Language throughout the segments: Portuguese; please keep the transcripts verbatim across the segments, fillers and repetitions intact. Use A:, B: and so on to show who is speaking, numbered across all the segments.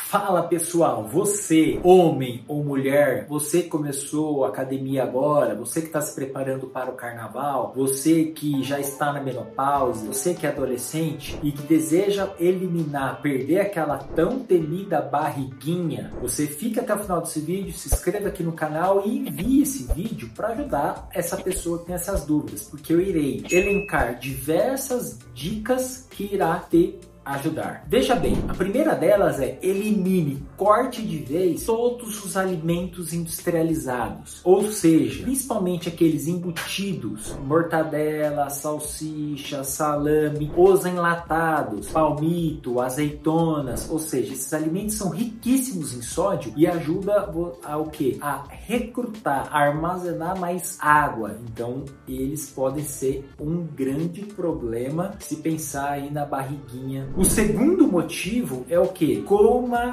A: Fala pessoal, você, homem ou mulher, você que começou a academia agora, você que está se preparando para o carnaval, você que já está na menopausa, você que é adolescente e que deseja eliminar, perder aquela tão temida barriguinha, você fica até o final desse vídeo, se inscreva aqui no canal e envie esse vídeo para ajudar essa pessoa que tem essas dúvidas, porque eu irei elencar diversas dicas que irá ter ajudar. Veja bem, a primeira delas é elimine, corte de vez todos os alimentos industrializados, ou seja, principalmente aqueles embutidos, mortadela, salsicha, salame, os enlatados, palmito, azeitonas, ou seja, esses alimentos são riquíssimos em sódio e ajuda a o quê? A recrutar, a armazenar mais água. Então, eles podem ser um grande problema se pensar aí na barriguinha. O segundo motivo é o que? Coma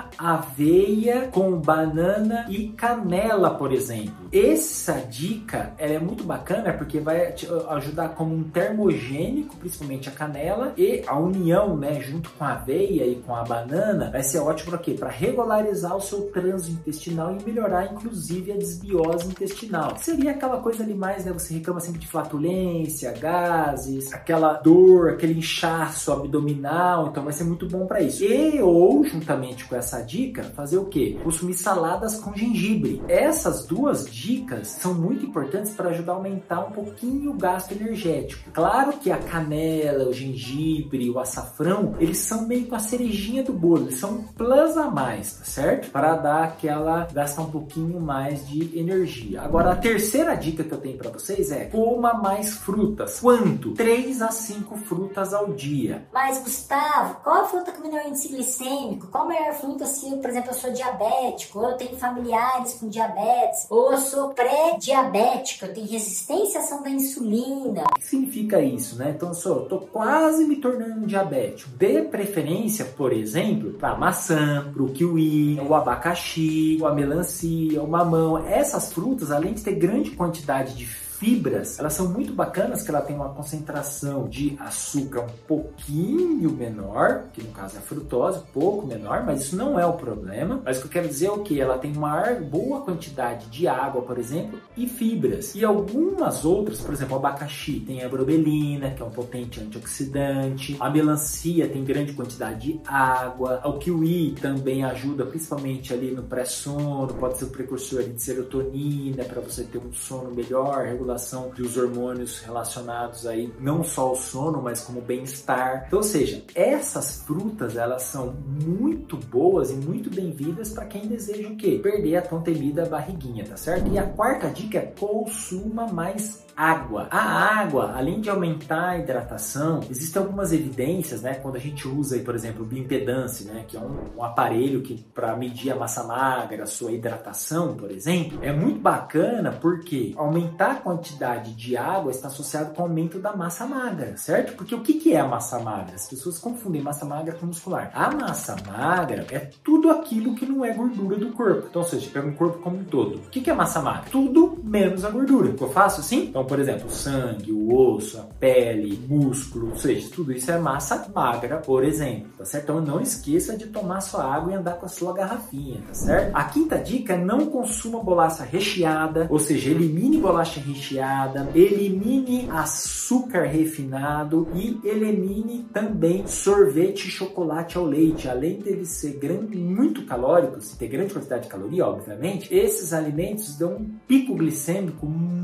A: aveia com banana e canela, por exemplo. Essa dica ela é muito bacana porque vai te ajudar como um termogênico, principalmente a canela, e a união, né, junto com a aveia e com a banana, vai ser ótimo para quê? Para regularizar o seu trânsito intestinal e melhorar, inclusive, a desbiose intestinal. Seria aquela coisa ali mais, né? Você reclama sempre de flatulência, gases, aquela dor, aquele inchaço abdominal. Então vai ser muito bom para isso. E ou, juntamente com essa dica, fazer o quê? Consumir saladas com gengibre. Essas duas dicas são muito importantes para ajudar a aumentar um pouquinho o gasto energético. Claro que a canela, o gengibre, o açafrão, eles são meio com a cerejinha do bolo. Eles são um plus a mais, tá certo? Para dar aquela, gastar um pouquinho mais de energia. Agora, a terceira dica que eu tenho para vocês é coma mais frutas. Quanto? três a cinco frutas ao dia.
B: Mas, Gustavo, qual a fruta com menor índice glicêmico? Qual a melhor fruta se, por exemplo, eu sou diabético, ou eu tenho familiares com diabetes, ou eu sou pré-diabético, eu tenho resistência à ação da insulina?
A: O que significa isso, né? Então, eu tô quase me tornando um diabético. Dê preferência, por exemplo, para a maçã, para o kiwi, o abacaxi, a melancia, o mamão. Essas frutas, além de ter grande quantidade de fibras, elas são muito bacanas, que ela tem uma concentração de açúcar um pouquinho menor, que no caso é a frutose, um pouco menor, mas isso não é o problema. Mas o que eu quero dizer é o que? Ela tem uma boa quantidade de água, por exemplo, e fibras. E algumas outras, por exemplo, o abacaxi tem a bromelina, que é um potente antioxidante. A melancia tem grande quantidade de água. O kiwi também ajuda, principalmente ali no pré-sono, pode ser o precursor ali de serotonina, para você ter um sono melhor, regulação dos hormônios relacionados aí não só ao sono, mas como bem-estar. Então, ou seja, essas frutas elas são muito boas e muito bem-vindas para quem deseja o quê? Perder a tão temida barriguinha, tá certo? E a quarta dica é consuma mais água. A água, além de aumentar a hidratação, existem algumas evidências, né? Quando a gente usa, aí, por exemplo, o bioimpedance, né? Que é um, um aparelho que para medir a massa magra, a sua hidratação, por exemplo, é muito bacana porque aumentar a quantidade de água está associado com o aumento da massa magra, certo? Porque o que, que é a massa magra? As pessoas confundem massa magra com muscular. A massa magra é tudo aquilo que não é gordura do corpo. Então, ou seja, pega um corpo como um todo. O que, que é massa magra? Tudo menos a gordura. Ficou fácil assim? Então, por exemplo, o sangue, o osso, a pele, músculo, ou seja, tudo isso é massa magra, por exemplo, tá certo? Então, não esqueça de tomar sua água e andar com a sua garrafinha, tá certo? A quinta dica é não consuma bolacha recheada, ou seja, elimine bolacha recheada, elimine açúcar refinado e elimine também sorvete e chocolate ao leite. Além deles ser grande, muito calóricos, ter grande quantidade de caloria, obviamente, esses alimentos dão um pico glicêmico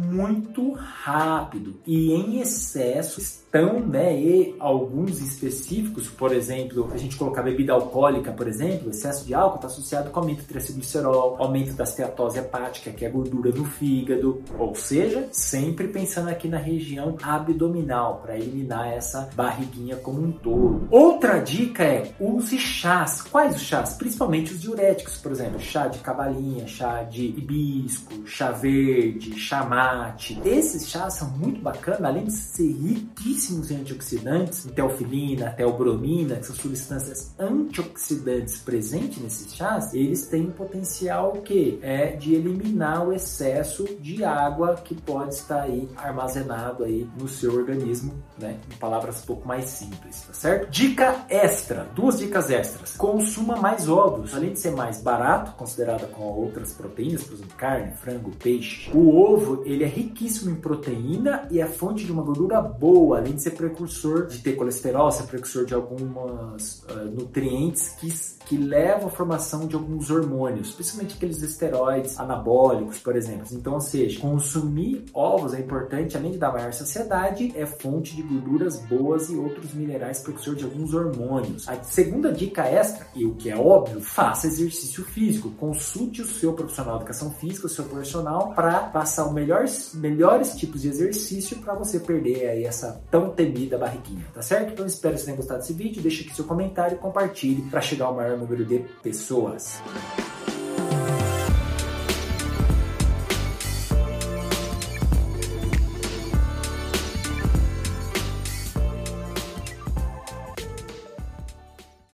A: muito rápido e em excesso estão, né, e alguns específicos, por exemplo, a gente colocar bebida alcoólica, por exemplo, excesso de álcool está associado com aumento do triacilglicerol, aumento da esteatose hepática, que é a gordura no fígado, ou seja, sempre pensando aqui na região abdominal para eliminar essa barriguinha como um todo. Outra dica é use chás. Quais os chás? Principalmente os diuréticos, por exemplo, chá de cavalinha, chá de hibisco, chá verde, chá mate. Esses esses chás são muito bacanas, além de ser riquíssimos em antioxidantes, em teofilina, teobromina, que são substâncias antioxidantes presentes nesses chás, eles têm potencial que é de eliminar o excesso de água que pode estar aí armazenado aí no seu organismo, né? Em palavras um pouco mais simples, tá certo? Dica extra, duas dicas extras. Consuma mais ovos, além de ser mais barato, considerado com outras proteínas, por exemplo, carne, frango, peixe. O ovo, ele é riquíssimo em proteína e é fonte de uma gordura boa, além de ser precursor de ter colesterol, ser precursor de algumas uh, nutrientes que, que levam à formação de alguns hormônios, principalmente aqueles esteroides anabólicos, por exemplo. Então, ou seja, consumir ovos é importante, além de dar maior saciedade, é fonte de gorduras boas e outros minerais precursor de alguns hormônios. A segunda dica extra, e o que é óbvio, faça exercício físico. Consulte o seu profissional de educação física, o seu profissional, para passar os melhores, melhores tipos de exercício para você perder aí essa tão temida barriguinha, tá certo? Então espero que vocês tenham gostado desse vídeo, deixe aqui seu comentário e compartilhe para chegar ao maior número de pessoas.